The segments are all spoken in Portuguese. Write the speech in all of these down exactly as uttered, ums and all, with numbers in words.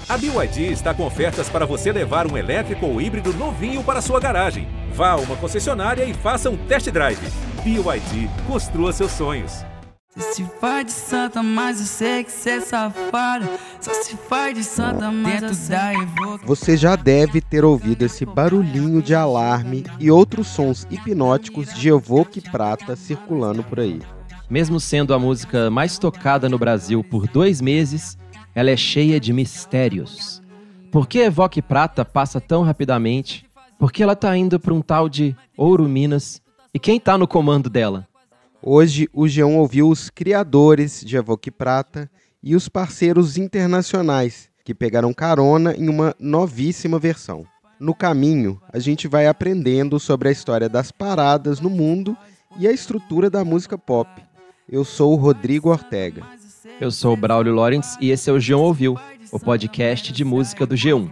A B Y D está com ofertas para você levar um elétrico ou híbrido novinho para sua garagem. Vá a uma concessionária e faça um test drive. B Y D, construa seus sonhos. Você se faz de santa, mas eu sei que cê é safada. Só se faz de santa, mas eu sei. Você já deve ter ouvido esse barulhinho de alarme e outros sons hipnóticos de Evoque Prata circulando por aí. Mesmo sendo a música mais tocada no Brasil por dois meses, ela é cheia de mistérios. Por que Evoque Prata passa tão rapidamente? Por que ela tá indo para um tal de Ouro Minas? E quem tá no comando dela? Hoje, o G um ouviu os criadores de Evoque Prata e os parceiros internacionais, que pegaram carona em uma novíssima versão. No caminho, a gente vai aprendendo sobre a história das paradas no mundo e a estrutura da música pop. Eu sou o Rodrigo Ortega. Eu sou o Braulio Lawrence e esse é o G um Ouviu, o podcast de música do G um.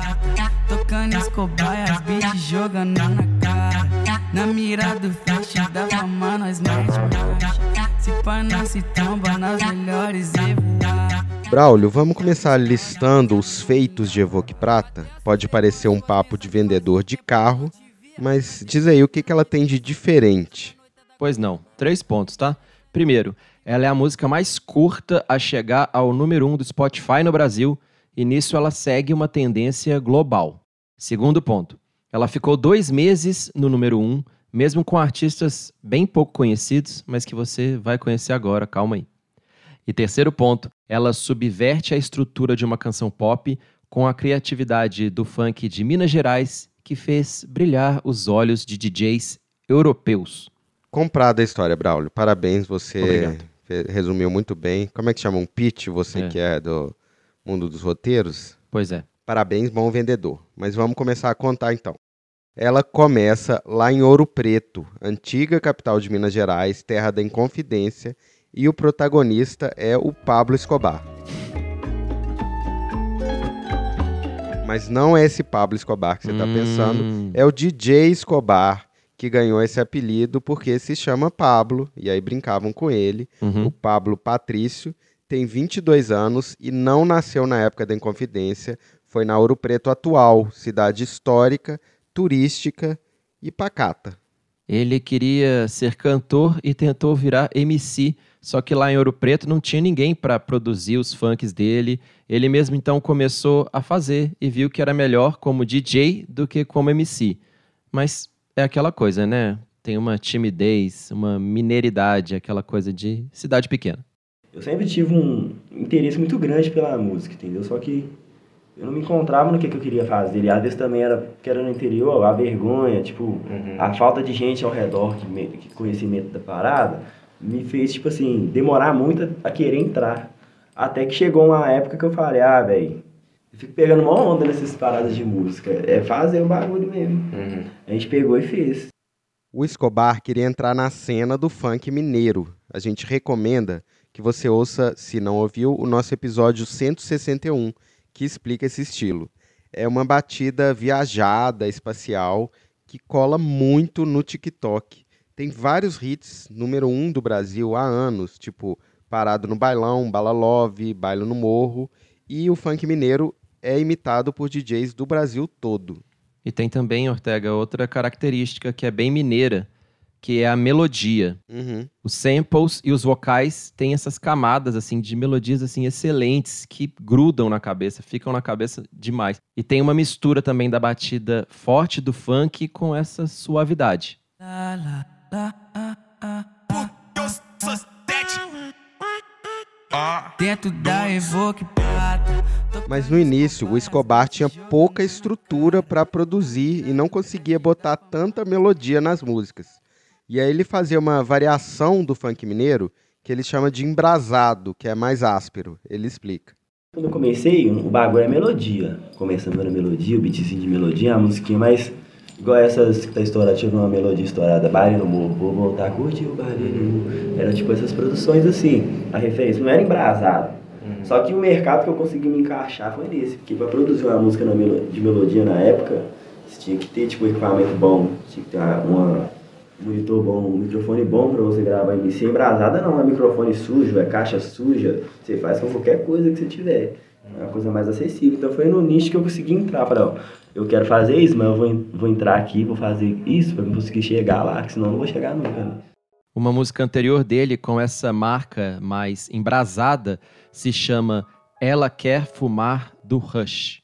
Tocando as cobaias, beat jogando na cara. Na mira do flash da fama nós mete marcha. Se pá não se tomba nas melhores e voar. Braulio, vamos começar listando os feitos de Evoque Prata? Pode parecer um papo de vendedor de carro, mas diz aí o que, que ela tem de diferente. Pois não, três pontos, tá? Primeiro, ela é a música mais curta a chegar ao número um do Spotify no Brasil e nisso ela segue uma tendência global. Segundo ponto, ela ficou dois meses no número um, mesmo com artistas bem pouco conhecidos, mas que você vai conhecer agora, calma aí. E terceiro ponto, ela subverte a estrutura de uma canção pop com a criatividade do funk de Minas Gerais, que fez brilhar os olhos de D Js europeus. Comprada a história, Braulio. Parabéns, você Obrigado. Resumiu muito bem. Como é que chama um pitch, você é. que é do mundo dos roteiros? Pois é. Parabéns, bom vendedor. Mas vamos começar a contar então. Ela começa lá em Ouro Preto, antiga capital de Minas Gerais, terra da Inconfidência, e o protagonista é o Pablo Escobar. Mas não é esse Pablo Escobar que você está hum. pensando, é o D J Escobar, que ganhou esse apelido porque se chama Pablo, e aí brincavam com ele. Uhum. O Pablo Patrício tem vinte e dois anos e não nasceu na época da Inconfidência, foi na Ouro Preto atual, cidade histórica, turística e pacata. Ele queria ser cantor e tentou virar M C, só que lá em Ouro Preto não tinha ninguém para produzir os funks dele. Ele mesmo então começou a fazer e viu que era melhor como D J do que como M C. Mas é aquela coisa, né? Tem uma timidez, uma mineiridade, aquela coisa de cidade pequena. Eu sempre tive um interesse muito grande pela música, entendeu? Só que eu não me encontrava no que, que eu queria fazer. E às vezes também era que era no interior, a vergonha, tipo, uhum. a falta de gente ao redor, que, me, que conhecimento da parada, me fez, tipo assim, demorar muito a, a querer entrar. Até que chegou uma época que eu falei, ah, velho, eu fico pegando uma onda nessas paradas de música. É fazer o bagulho mesmo. Uhum. A gente pegou e fez. O Escobar queria entrar na cena do funk mineiro. A gente recomenda que você ouça, se não ouviu, o nosso episódio cento e sessenta e um, que explica esse estilo. É uma batida viajada, espacial, que cola muito no TikTok. Tem vários hits, número um do Brasil há anos, tipo Parado no Bailão, Bala Love, Bailo no Morro, e o funk mineiro é imitado por D Js do Brasil todo. E tem também, Ortega, outra característica que é bem mineira, que é a melodia. Uhum. Os samples e os vocais têm essas camadas assim, de melodias assim, excelentes que grudam na cabeça, ficam na cabeça demais. E tem uma mistura também da batida forte do funk com essa suavidade. Dentro da Evoque Prata. Mas no início, o Escobar tinha pouca estrutura para produzir e não conseguia botar tanta melodia nas músicas. E aí ele fazia uma variação do funk mineiro que ele chama de embrasado, que é mais áspero. Ele explica. Quando eu comecei, o bagulho é melodia. Começando na melodia, o beatzinho de melodia, a musiquinha mais... Igual essas que tá estourada, tive uma melodia estourada, baile no morro, vou voltar a curtir o baile no morro. Era tipo essas produções assim, a referência não era embrasado. Uhum. Só que o mercado que eu consegui me encaixar foi nesse, porque pra produzir uma música na melo- de melodia na época, você tinha que ter tipo um equipamento bom, tinha que ter uma, um monitor bom, um microfone bom pra você gravar em si. Embrasada não, é microfone sujo, é caixa suja, você faz com qualquer coisa que você tiver. É uma coisa mais acessível. Então foi no nicho que eu consegui entrar. Falei, ó, eu quero fazer isso, mas eu vou, vou entrar aqui, vou fazer isso pra eu conseguir chegar lá, que senão eu não vou chegar nunca, né? Uma música anterior dele, com essa marca mais embrasada, se chama Ela Quer Fumar, do Rush.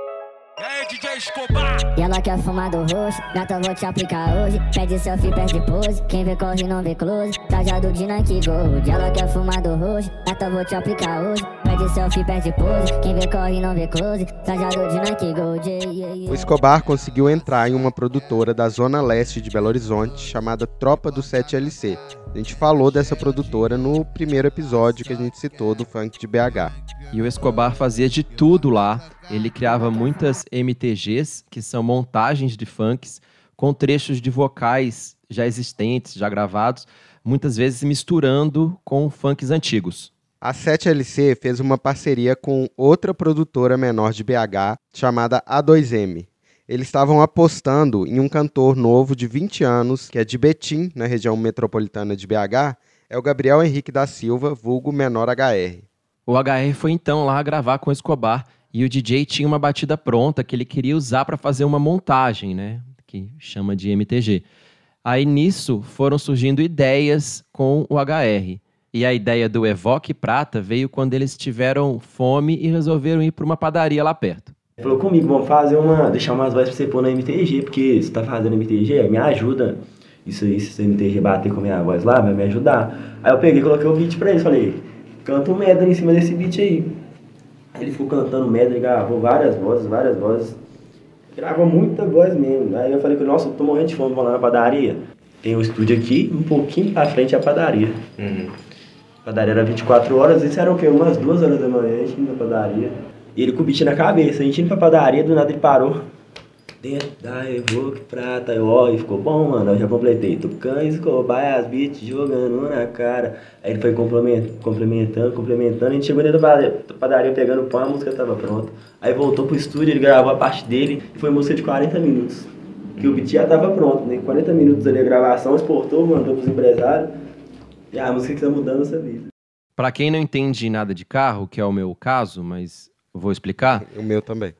E ela quer fumar do roxo, gata, vou te aplicar hoje. Pede selfie, perde pose, quem vê corre não vê close. Trajado de Nike Gold, ela quer fumar do roxo, gata, vou te aplicar hoje. Pede selfie, perde pose, quem vê corre não vê close. Trajado de Nike Gold, yeah, yeah, yeah. O Escobar conseguiu entrar em uma produtora da zona leste de Belo Horizonte chamada Tropa do sete L C. A gente falou dessa produtora no primeiro episódio que a gente citou do funk de B H. E o Escobar fazia de tudo lá. Ele criava muitas M T Gs, que são montagens de funks, com trechos de vocais já existentes, já gravados, muitas vezes misturando com funks antigos. A sete L C fez uma parceria com outra produtora menor de B H, chamada A dois M. Eles estavam apostando em um cantor novo de vinte anos, que é de Betim, na região metropolitana de B H, é o Gabriel Henrique da Silva, vulgo Menor H R. O H R foi então lá gravar com o Escobar e o D J tinha uma batida pronta que ele queria usar para fazer uma montagem, né? Que chama de M T G. Aí nisso foram surgindo ideias com o H R. E a ideia do Evoque Prata veio quando eles tiveram fome e resolveram ir para uma padaria lá perto. Ele falou comigo, vamos fazer uma, deixar umas vozes pra você pôr na M T G, porque você tá fazendo M T G, me ajuda. Isso aí, se o M T G bater com a minha voz lá, vai me ajudar. Aí eu peguei e coloquei o beat pra ele, falei, canta um medley em cima desse beat aí. Aí ele ficou cantando medley, gravou várias vozes, várias vozes. Gravou muita voz mesmo. Aí eu falei com ele, nossa, eu tô morrendo de fome, vou lá na padaria. Tem o estúdio aqui, um pouquinho pra frente é a padaria. Uhum. A padaria era vinte e quatro horas, isso era o quê? Umas duas horas da manhã, a gente indo na padaria. E ele com o beat na cabeça, a gente indo pra padaria, do nada ele parou. Dentro da Evoque Prata, eu, ó, e ficou bom, mano, eu já completei. Tucães, cobaias, beats, jogando na cara. Aí ele foi complementando, complementando, complementando. A gente chegou dentro da padaria pegando pão, a música tava pronta. Aí voltou pro estúdio, ele gravou a parte dele, e foi música de quarenta minutos. Que o beat já tava pronto, né? quarenta minutos ali a gravação, exportou, mandou pros empresários. E a música que tá mudando essa vida. Pra quem não entende nada de carro, que é o meu caso, mas vou explicar. O meu também.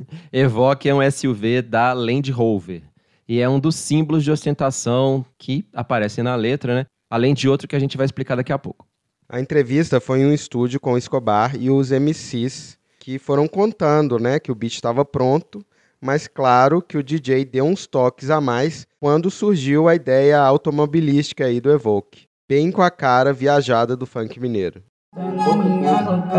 Evoque é um S U V da Land Rover e é um dos símbolos de ostentação que aparecem na letra, né? Além de outro que a gente vai explicar daqui a pouco. A entrevista foi em um estúdio com o Escobar e os M Cs que foram contando, né, que o beat estava pronto, mas claro que o D J deu uns toques a mais quando surgiu a ideia automobilística aí do Evoque, bem com a cara viajada do funk mineiro. Na minha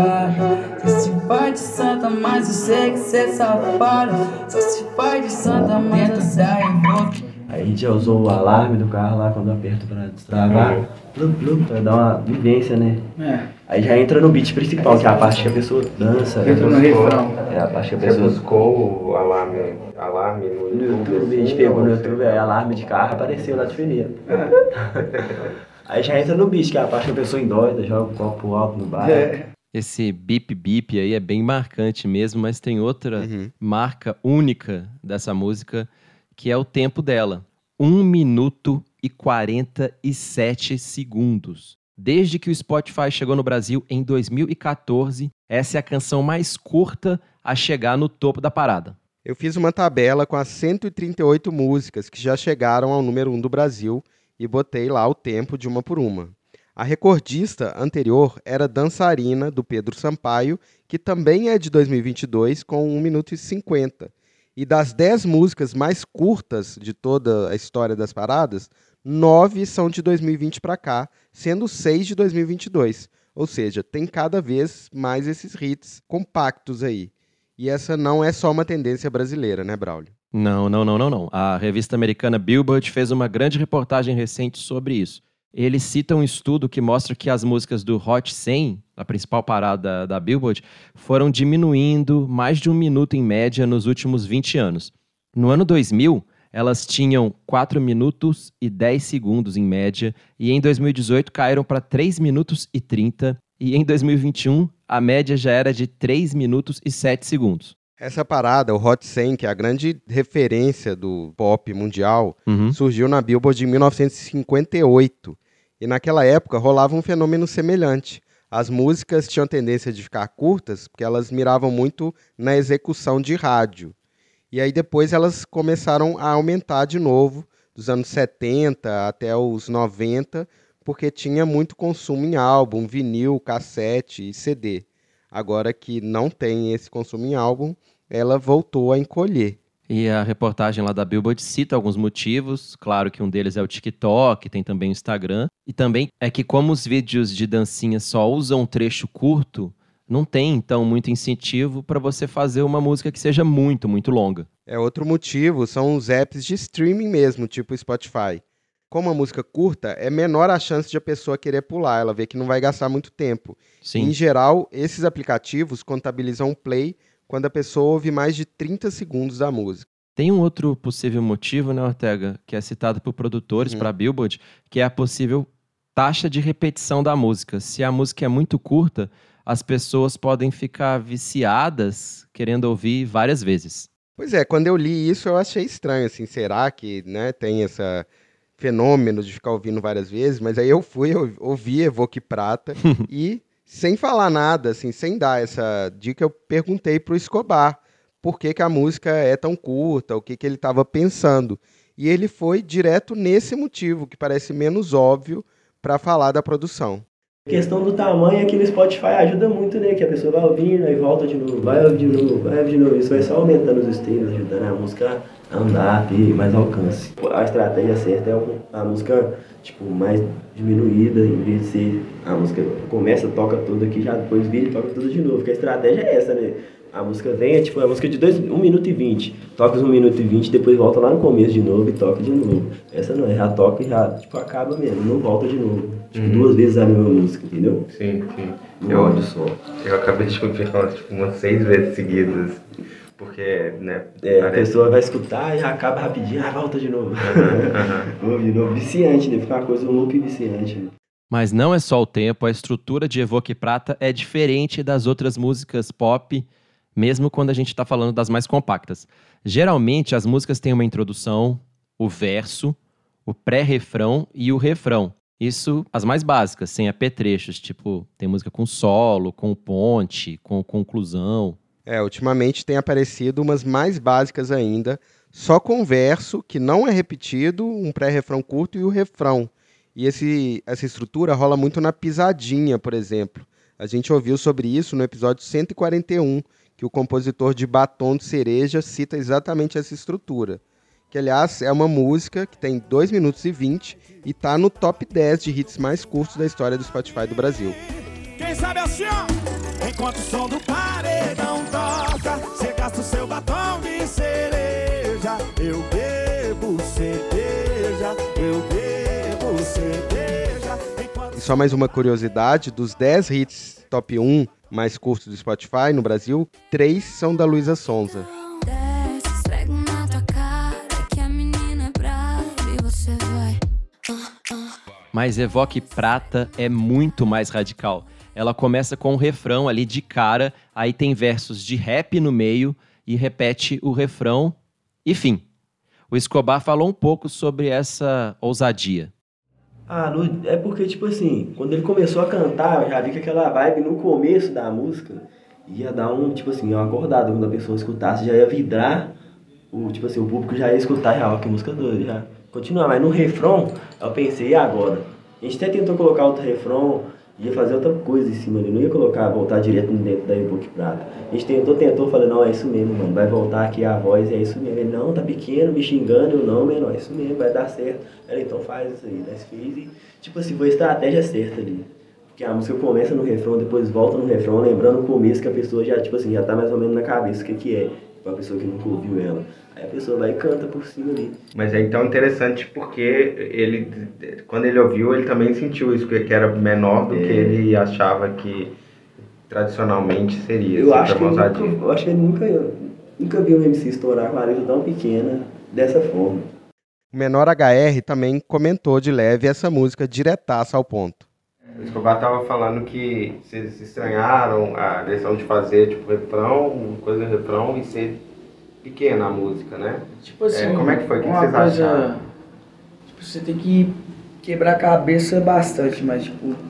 cara, só se faz de santa, mas eu sei que cê é safado. Só se faz de santa, mas eu sei que Aí a gente já usou o alarme do carro lá quando eu aperto pra destravar. Plum, plum, pra dar uma vivência, né? É. Aí já entra no beat principal, que é a parte que a pessoa dança. Entra no refrão. É a parte que a Você pessoa... buscou o alarme, alarme no No YouTube? YouTube, a gente pegou no YouTube, aí alarme de carro, apareceu lá de fevereiro. Aí já entra no beat, que é a parte que a pessoa endoida, joga o copo alto no bar. É. Esse bip bip aí é bem marcante mesmo, mas tem outra Uhum. marca única dessa música, que é o tempo dela. um minuto e quarenta e sete segundos. Desde que o Spotify chegou no Brasil em dois mil e quatorze, essa é a canção mais curta a chegar no topo da parada. Eu fiz uma tabela com as cento e trinta e oito músicas que já chegaram ao número um do Brasil e botei lá o tempo de uma por uma. A recordista anterior era Dançarina, do Pedro Sampaio, que também é de dois mil e vinte e dois, com um minuto e cinquenta. E das dez músicas mais curtas de toda a história das paradas, nove são de dois mil e vinte para cá, sendo seis de dois mil e vinte e dois. Ou seja, tem cada vez mais esses hits compactos aí. E essa não é só uma tendência brasileira, né, Braulio? Não, não, não, não, não. A revista americana Billboard fez uma grande reportagem recente sobre isso. Ele cita um estudo que mostra que as músicas do Hot cem, a principal parada da, da Billboard, foram diminuindo mais de um minuto em média nos últimos vinte anos. No ano dois mil, elas tinham quatro minutos e dez segundos em média, e em dois mil e dezoito caíram para três minutos e trinta, e em dois mil e vinte e um a média já era de três minutos e sete segundos. Essa parada, o Hot cem, que é a grande referência do pop mundial, Uhum. surgiu na Billboard em mil novecentos e cinquenta e oito. E naquela época rolava um fenômeno semelhante. As músicas tinham tendência de ficar curtas porque elas miravam muito na execução de rádio. E aí depois elas começaram a aumentar de novo, dos anos setenta até os noventa, porque tinha muito consumo em álbum, vinil, cassete e C D. Agora que não tem esse consumo em álbum, ela voltou a encolher. E a reportagem lá da Billboard cita alguns motivos. Claro que um deles é o TikTok, tem também o Instagram. E também é que como os vídeos de dancinha só usam um trecho curto, não tem, então, muito incentivo para você fazer uma música que seja muito, muito longa. É outro motivo, são os apps de streaming mesmo, tipo o Spotify. Como a música curta, é menor a chance de a pessoa querer pular, ela vê que não vai gastar muito tempo. Sim. Em geral, esses aplicativos contabilizam o play quando a pessoa ouve mais de trinta segundos da música. Tem um outro possível motivo, né, Ortega, que é citado por produtores Uhum. para a Billboard, que é a possível taxa de repetição da música. Se a música é muito curta, as pessoas podem ficar viciadas querendo ouvir várias vezes. Pois é, quando eu li isso eu achei estranho, assim, será que, né, tem esse fenômeno de ficar ouvindo várias vezes? Mas aí eu fui, eu ouvi Evoque Prata e, sem falar nada, assim, sem dar essa dica, eu perguntei pro Escobar por que que a música é tão curta, o que que ele estava pensando. E ele foi direto nesse motivo, que parece menos óbvio, para falar da produção. A questão do tamanho é que no Spotify ajuda muito, né? Que a pessoa vai ouvindo, aí volta de novo, vai ouvir de novo, vai ouvir de novo. Isso vai só aumentando os streams, ajudando a música a andar, ter mais alcance. A estratégia certa é a música, tipo, mais diminuída, em vez de ser a música começa, toca tudo aqui, já depois vira e toca tudo de novo. Porque a estratégia é essa, né? A música vem, é tipo, a música de dois, um minuto e vinte. Toca um minuto e vinte, depois volta lá no começo de novo e toca de novo. Essa não é, já toca e já, tipo, acaba mesmo, não volta de novo. Tipo, uhum. duas vezes a mesma música, entendeu? Sim, sim. No eu, áudio só. Eu acabei de ouvir ela, tipo, umas seis vezes seguidas. Porque, né? É, parece... a pessoa vai escutar e já acaba rapidinho, ah, volta de novo. Uhum, uhum. de novo. Viciante, né? Fica uma coisa, um loop viciante. Né? Mas não é só o tempo, a estrutura de Evoque Prata é diferente das outras músicas pop, mesmo quando a gente está falando das mais compactas. Geralmente, as músicas têm uma introdução, o verso, o pré-refrão e o refrão. Isso, as mais básicas, sem apetrechos, tipo, tem música com solo, com ponte, com conclusão. É, ultimamente tem aparecido umas mais básicas ainda, só com verso, que não é repetido, um pré-refrão curto e o refrão. E esse, essa estrutura rola muito na pisadinha, por exemplo. A gente ouviu sobre isso no episódio cento e quarenta e um, que o compositor de Batom de Cereja cita exatamente essa estrutura. Que, aliás, é uma música que tem dois minutos e vinte e tá no top dez de hits mais curtos da história do Spotify do Brasil. Quem sabe assim, ó, enquanto o som do paredão toca, você gasta o seu batom de cereja, eu bebo cerveja, eu bebo cerveja. Enquanto... E só mais uma curiosidade, dos dez hits top um mais curtos do Spotify no Brasil, três são da Luísa Sonza. Mas Evoque Prata é muito mais radical. Ela começa com um refrão ali de cara, aí tem versos de rap no meio e repete o refrão, e fim. O Escobar falou um pouco sobre essa ousadia. Ah, no, é porque, tipo assim, quando ele começou a cantar, eu já vi que aquela vibe no começo da música ia dar um, tipo assim, uma acordada quando a pessoa escutasse, já ia vidrar, o, tipo assim, o público já ia escutar, já, ó, que música doida, já continuar. Mas no refrão, eu pensei, e agora? A gente até tentou colocar outro refrão, ia fazer outra coisa em cima ali, não ia colocar, voltar direto dentro da Evoque Prata. A gente tentou, tentou, falei, não, é isso mesmo, mano, vai voltar aqui a voz, é isso mesmo. Ele, não, tá pequeno, me xingando, eu, não, menor, é isso mesmo, vai dar certo. Ela, então faz isso aí, nós fez e, tipo assim, foi a estratégia certa ali. Porque a música começa no refrão, depois volta no refrão, lembrando o começo que a pessoa já, tipo assim, já tá mais ou menos na cabeça o que que é, pra pessoa que nunca ouviu ela. Aí a pessoa vai e canta por cima ali. Mas é então interessante porque ele, quando ele ouviu, ele também sentiu isso, que era menor do é. que ele achava que tradicionalmente seria. Eu, acho que, nunca, eu acho que ele nunca, nunca viu um M C estourar com a letra tão pequena dessa forma. O Menor H R também comentou de leve essa música diretaça ao ponto. O Escobar tava falando que vocês estranharam a decisão de fazer tipo refrão, coisa de refrão e ser pequena a música, né? Tipo assim, é, como é que foi? O que vocês coisa, acharam? Tipo, você tem que quebrar a cabeça bastante, mas tipo,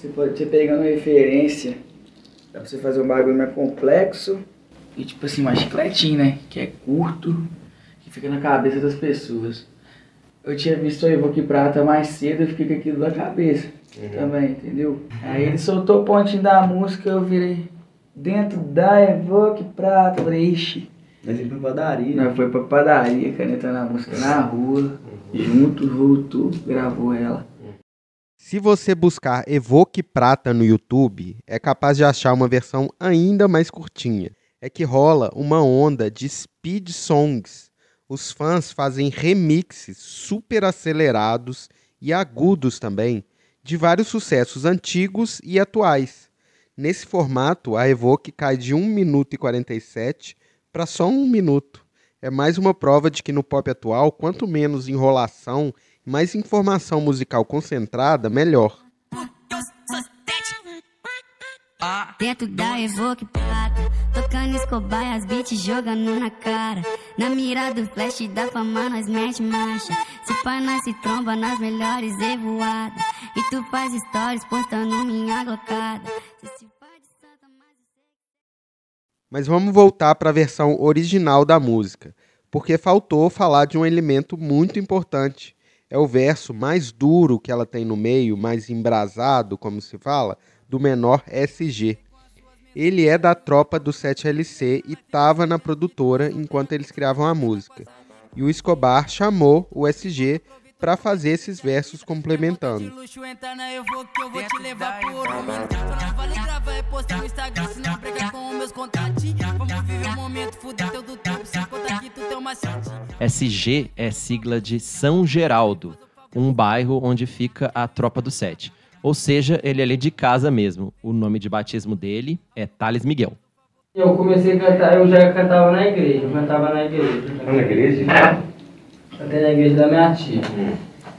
Você pode ser pegando referência, dá pra você fazer um bagulho mais complexo e tipo assim, mais chicletinho, né? Que é curto, que fica na cabeça das pessoas. Eu tinha visto o Evoque Prata mais cedo e fiquei com aquilo na cabeça uhum. também, entendeu? Aí ele soltou o pontinho da música, eu virei dentro da Evoque Prata, eu falei, ixi. Mas ele foi pra padaria. Nós foi pra padaria, canetando a música na rua, uhum. junto, voltou, gravou ela. Se você buscar Evoque Prata no YouTube, é capaz de achar uma versão ainda mais curtinha. É que rola uma onda de speed songs. Os fãs fazem remixes super acelerados e agudos também, de vários sucessos antigos e atuais. Nesse formato, a Evoque cai de um minuto e quarenta e sete para só um minuto. É mais uma prova de que no pop atual, quanto menos enrolação e mais informação musical concentrada, melhor. Dentro da Evoque Prata, tocando Escobar e as beats jogando na cara. Na mira do flash da fama nós mete marcha. Se pá nós se tromba nas melhores evoadas. E tu faz stories postando minha glocada. Mas vamos voltar para a versão original da música, porque faltou falar de um elemento muito importante. É o verso mais duro que ela tem no meio, mais embrasado, como se fala, do menor S G. Ele é da tropa do sete L C e estava na produtora enquanto eles criavam a música. E o Escobar chamou o S G para fazer esses versos complementando. S G é sigla de São Geraldo, um bairro onde fica a tropa do sete. Ou seja, ele é ali de casa mesmo. O nome de batismo dele é Thales Miguel. Eu comecei a cantar, eu já cantava na igreja, eu cantava na igreja. Na igreja? Cantei na igreja da minha tia. Hum.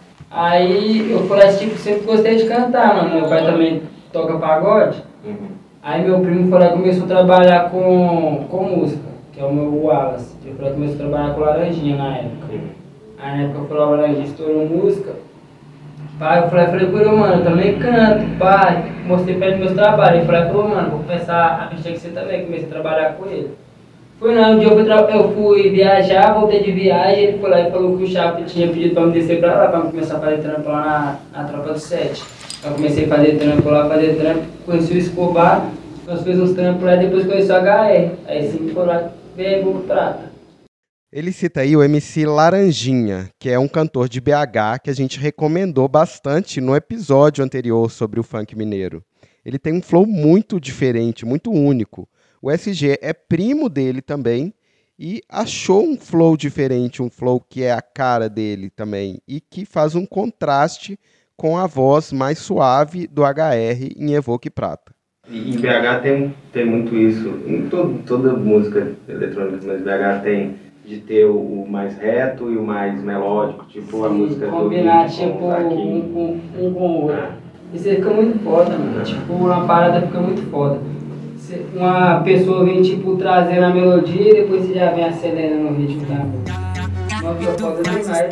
Aí eu falei, tipo, sempre gostei de cantar, mano. Meu pai também toca pagode. Uhum. Aí meu primo falou que começou a trabalhar com, com música, que é o meu Wallace. Eu falei que começou a trabalhar com Laranjinha na época. Uhum. Aí na época eu falei, Laranjinha estourou música. Pai, eu falei, falei com ele, mano, eu também canto, pai. Mostrei pra ele meus trabalhos. Ele falou, falou, mano, vou começar a mexer com você também. Comecei a trabalhar com ele. Foi não, um dia eu fui, tra- eu fui viajar, voltei de viagem. Ele foi lá e falou que o Chape tinha pedido pra me descer pra lá, pra me começar a fazer trampo lá na, na tropa do sete. Eu comecei a fazer trampo lá, fazer trampo. Conheci o Escobar, nós fizemos uns trampos lá e depois conheci o H R. Aí sim, foi lá, veio Evoque Prata. Ele cita aí o M C Laranjinha, que é um cantor de B H que a gente recomendou bastante no episódio anterior sobre o funk mineiro. Ele tem um flow muito diferente, muito único. O S G é primo dele também e achou um flow diferente, um flow que é a cara dele também e que faz um contraste com a voz mais suave do H R em Evoque Prata. E em B H tem, tem muito isso, em todo, toda música eletrônica, mas B H tem de ter o, o mais reto e o mais melódico, tipo Sim, a música combinar, do tipo, um com um, com o outro. Ah. Isso aí fica muito foda, mano. Ah. Tipo, uma parada fica muito foda. Uma pessoa vem, tipo, trazendo a melodia e depois você já vem acelerando o ritmo da música. Nossa, foda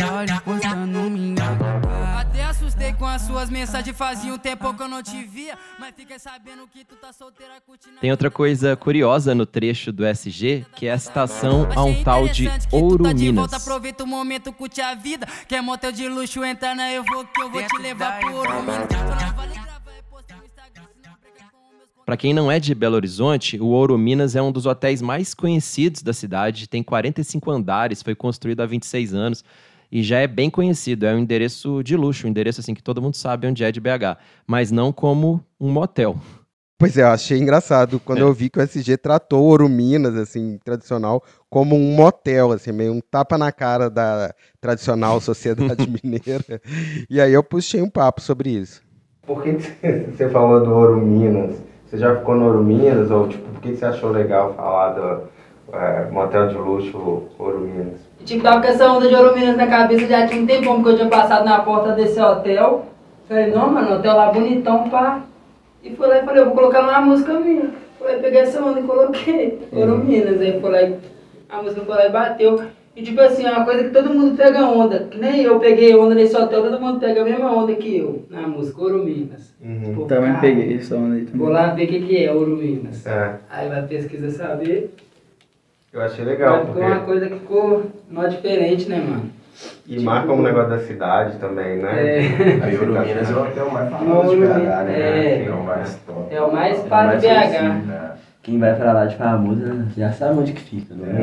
demais. Até assustei com as suas mensagens, fazia um tempo que eu não te via, mas fiquei sabendo que tu tá solteira curtindo. Tem outra coisa curiosa no trecho do S G, que é a citação a um tal de Ouro Minas. Aproveita o momento, curte a vida, quer motel de luxo, entrar na Evoque, eu vou te levar pro Ouro Minas. Para quem não é de Belo Horizonte, o Ouro Minas é um dos hotéis mais conhecidos da cidade, tem quarenta e cinco andares, foi construído há vinte e seis anos e já é bem conhecido, é um endereço de luxo, um endereço assim que todo mundo sabe onde é de B H, mas não como um motel. Pois é, eu achei engraçado quando é. eu vi que o S G tratou o Ouro Minas, assim, tradicional, como um motel, assim, meio um tapa na cara da tradicional sociedade mineira. E aí eu puxei um papo sobre isso. Por que você falou do Ouro Minas? Você já ficou no Ouro Minas? Ou, tipo, por que você achou legal falar do é, motel de luxo Ouro Minas? Tipo, tava com essa onda de Ouro Minas na cabeça já tinha um tempão que eu tinha passado na porta desse hotel. Falei, não, mano, hotel lá bonitão, pá. E fui lá e falei, eu vou colocar uma música minha. Falei, peguei essa onda e coloquei Ouro uhum. Minas. Aí foi lá e a música foi lá e bateu. E tipo assim, é uma coisa que todo mundo pega onda. Que nem eu peguei onda nesse hotel, todo mundo pega a mesma onda que eu, na música Ouro Minas. Uhum. Tipo, Também cara, peguei essa onda aí também. Vou lá ver o que, que é Ouro Minas. É. Aí vai pesquisar saber. Eu achei legal. Ficou Porque... uma coisa que ficou nó diferente, né, mano? E tipo... marca um negócio da cidade também, né? É. Aí Ouro Minas é o hotel mais famoso de B H, né? É. É o mais top. É o mais pá de B H. Né? Quem vai pra lá de famoso já sabe onde que fica, né?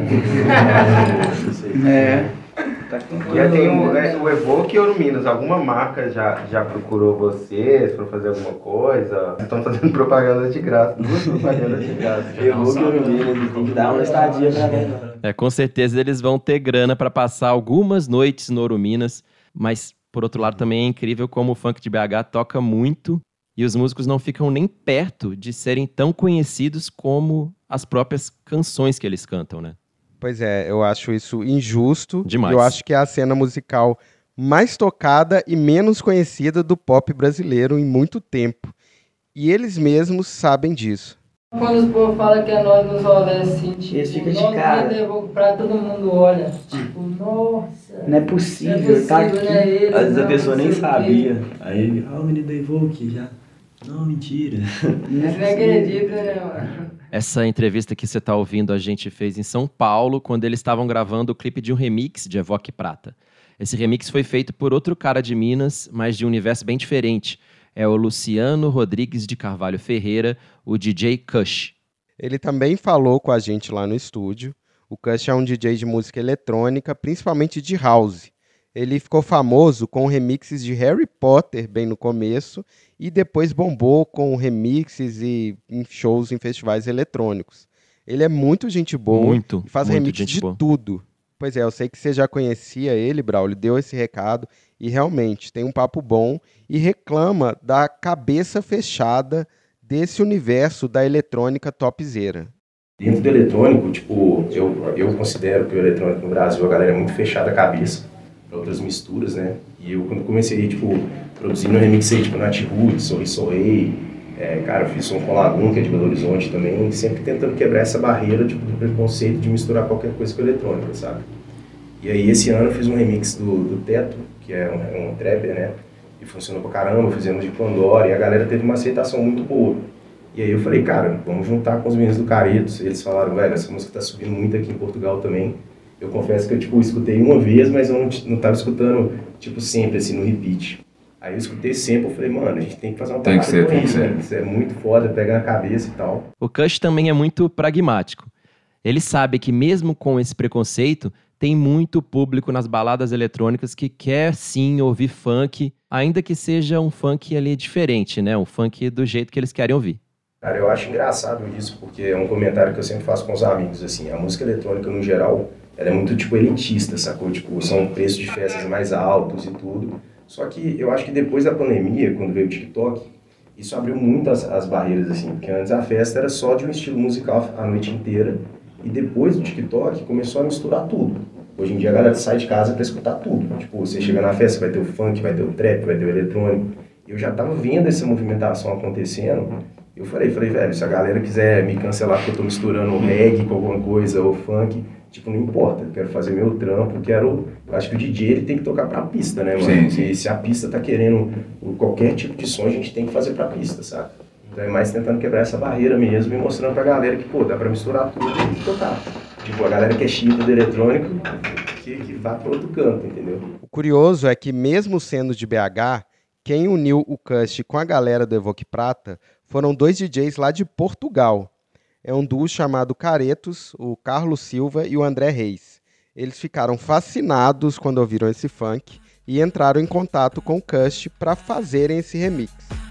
É. Tá e aí tem o, é, o Evoque Ouro Minas. Alguma marca já, já procurou vocês pra fazer alguma coisa? Vocês estão fazendo propaganda de graça. Duas propagandas de graça. Evoque Ouro Minas, tem que dar uma estadia pra ver. É, com certeza eles vão ter grana para passar algumas noites no Ouro Minas, mas por outro lado também é incrível como o funk de B H toca muito e os músicos não ficam nem perto de serem tão conhecidos como as próprias canções que eles cantam, né? Pois é, eu acho isso injusto. Demais. Eu acho que é a cena musical mais tocada e menos conhecida do pop brasileiro em muito tempo. E eles mesmos sabem disso. Quando os povos falam que é nós nos rolês assim, tipo, Eles ficam de nós cara. levou pra todo mundo olha. Tipo, nossa. Não é possível, Não é possível, tá aqui. né? Eles, Às vezes a não, pessoa não nem sei o quê. sabia. Aí ele, ah, o menino da Evoque já. Não, mentira. Você não acredita, né, mano? Essa entrevista que você está ouvindo a gente fez em São Paulo, quando eles estavam gravando o clipe de um remix de Evoque Prata. Esse remix foi feito por outro cara de Minas, mas de um universo bem diferente. É o Luciano Rodrigues de Carvalho Ferreira, o D J Kush. Ele também falou com a gente lá no estúdio. O Kush é um D J de música eletrônica, principalmente de house. Ele ficou famoso com remixes de Harry Potter bem no começo e depois bombou com remixes e em shows em festivais eletrônicos. Ele é muito gente boa Muito, e faz muito remix gente de boa. tudo. Pois é, eu sei que você já conhecia ele, Braulio, deu esse recado e realmente tem um papo bom e reclama da cabeça fechada desse universo da eletrônica topzera. Dentro do eletrônico, tipo, eu, eu considero que o eletrônico no Brasil, a galera é muito fechada a cabeça para outras misturas, né? E eu, quando comecei, tipo, produzindo remix aí, tipo, Nat Roots, Sorri Sorrei, é, cara, eu fiz som com Lagoon, que é de Belo Horizonte também, sempre tentando quebrar essa barreira, tipo, do preconceito de misturar qualquer coisa com eletrônica, sabe? E aí, esse ano eu fiz um remix do, do Teto, que é um, um trapper, né? E funcionou pra caramba, fizemos de Pandora, e a galera teve uma aceitação muito boa. E aí eu falei, cara, vamos juntar com os meninos do Caretos. Eles falaram, velho, essa música tá subindo muito aqui em Portugal também. Eu confesso que eu, tipo, escutei uma vez, mas eu não, não tava escutando, tipo, sempre, assim, no repeat. Aí eu escutei sempre, eu falei, mano, a gente tem que fazer uma Tem que ser, com tem que isso, ser. né? Isso é muito foda, pega na cabeça e tal. O Kush também é muito pragmático. Ele sabe que mesmo com esse preconceito, tem muito público nas baladas eletrônicas que quer sim ouvir funk, ainda que seja um funk ali diferente, né? Um funk do jeito que eles querem ouvir. Cara, eu acho engraçado isso, porque é um comentário que eu sempre faço com os amigos, assim, a música eletrônica, no geral, ela é muito, tipo, elitista, sacou? Tipo, são preços de festas mais altos e tudo. Só que eu acho que depois da pandemia, quando veio o TikTok, isso abriu muito as, as barreiras, assim, porque antes a festa era só de um estilo musical a noite inteira, e depois do TikTok começou a misturar tudo. Hoje em dia a galera sai de casa pra escutar tudo. Tipo, você chega na festa, vai ter o funk, vai ter o trap, vai ter o eletrônico. Eu já tava vendo essa movimentação acontecendo. Eu falei, falei, velho, se a galera quiser me cancelar porque eu tô misturando reggae com alguma coisa ou funk, tipo, não importa. Eu quero fazer meu trampo, quero... Eu acho que o D J ele tem que tocar pra pista, né, mano? Sim, sim. E se a pista tá querendo qualquer tipo de som, a gente tem que fazer pra pista, sabe? Então é mais tentando quebrar essa barreira mesmo e mostrando pra galera que, pô, dá pra misturar tudo e tocar. Tipo, a galera que é chita do eletrônico, que, que vá para outro canto, entendeu? O curioso é que, mesmo sendo de B H, quem uniu o Kush com a galera do Evoque Prata foram dois D Js lá de Portugal. É um duo chamado Caretos, o Carlos Silva e o André Reis. Eles ficaram fascinados quando ouviram esse funk e entraram em contato com o Kush para fazerem esse remix.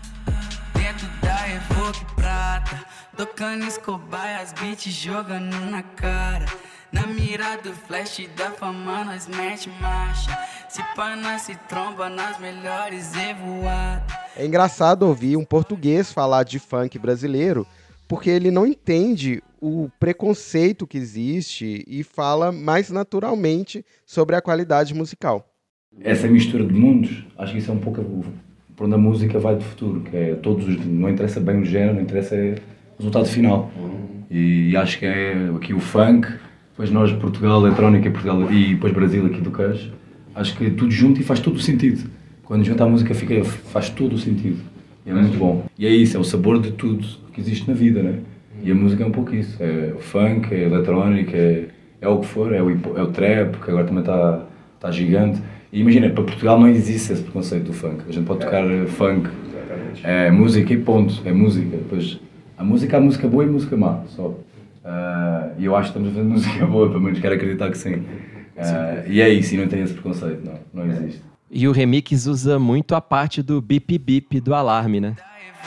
Dentro da Evoque Prata, tocando Escobar, as beats jogando na cara. Na mira do flash da fama nós mete marcha. Se pá nós se tromba nas melhores evoadas. É engraçado ouvir um português falar de funk brasileiro, porque ele não entende o preconceito que existe e fala mais naturalmente sobre a qualidade musical. Essa mistura de mundos, acho que isso é um pouco por onde a música vai do futuro, que é todos os, não interessa bem o género, não interessa o resultado final. E acho que é aqui o funk depois nós, Portugal, eletrónica Portugal, e depois Brasil aqui do Queijo, acho que tudo junto e faz todo o sentido. Quando junta a música fica, faz todo o sentido. E é muito bom. E é isso, é o sabor de tudo que existe na vida, né? E a música é um pouco isso. É o funk, é a eletrónica, é, é o que for, é o, é o trap, que agora também está tá gigante. E imagina, para Portugal não existe esse preconceito do funk. A gente pode tocar funk, é música e ponto, é música. Depois, a música há música boa e música má, só. Uh, e eu acho que estamos a fazer música boa, pelo menos quero acreditar que sim. Uh, e é isso, e não tem esse preconceito, não, não existe. E o remix usa muito a parte do bip-bip do alarme, né?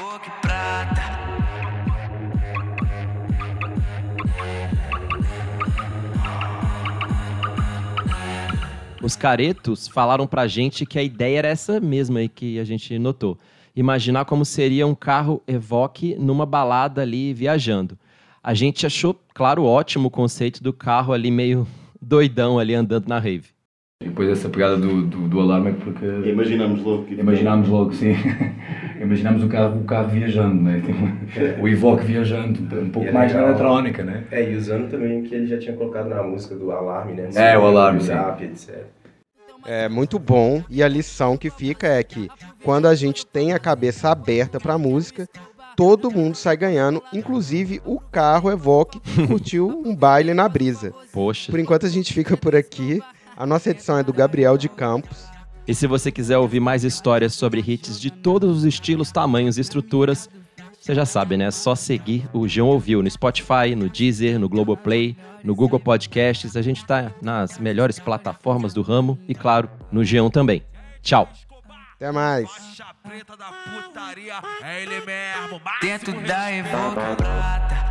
Os caretos falaram pra gente que a ideia era essa mesma aí que a gente notou. Imaginar como seria um carro Evoque numa balada ali viajando. A gente achou, claro, ótimo o conceito do carro ali meio doidão ali andando na rave. E depois essa pegada do, do, do alarme é porque... Imaginámos logo. Que Imaginámos logo, sim. Imaginámos o carro, o carro viajando, né? O Evoque viajando, um pouco mais na eletrónica, né? É, e usando também que ele já tinha colocado na música do alarme, né? É, o alarme, sim. etcétera. É muito bom, e a lição que fica é que quando a gente tem a cabeça aberta para a música, todo mundo sai ganhando, inclusive o carro Evoque que curtiu um baile na brisa. Poxa. Por enquanto a gente fica por aqui. A nossa edição é do Gabriel de Campos. E se você quiser ouvir mais histórias sobre hits de todos os estilos, tamanhos e estruturas, você já sabe, né? É só seguir o G um Ouviu no Spotify, no Deezer, no Globoplay, no Google Podcasts. A gente tá nas melhores plataformas do ramo e, claro, no G um também. Tchau. Até mais. Dentro da Evoque Prata.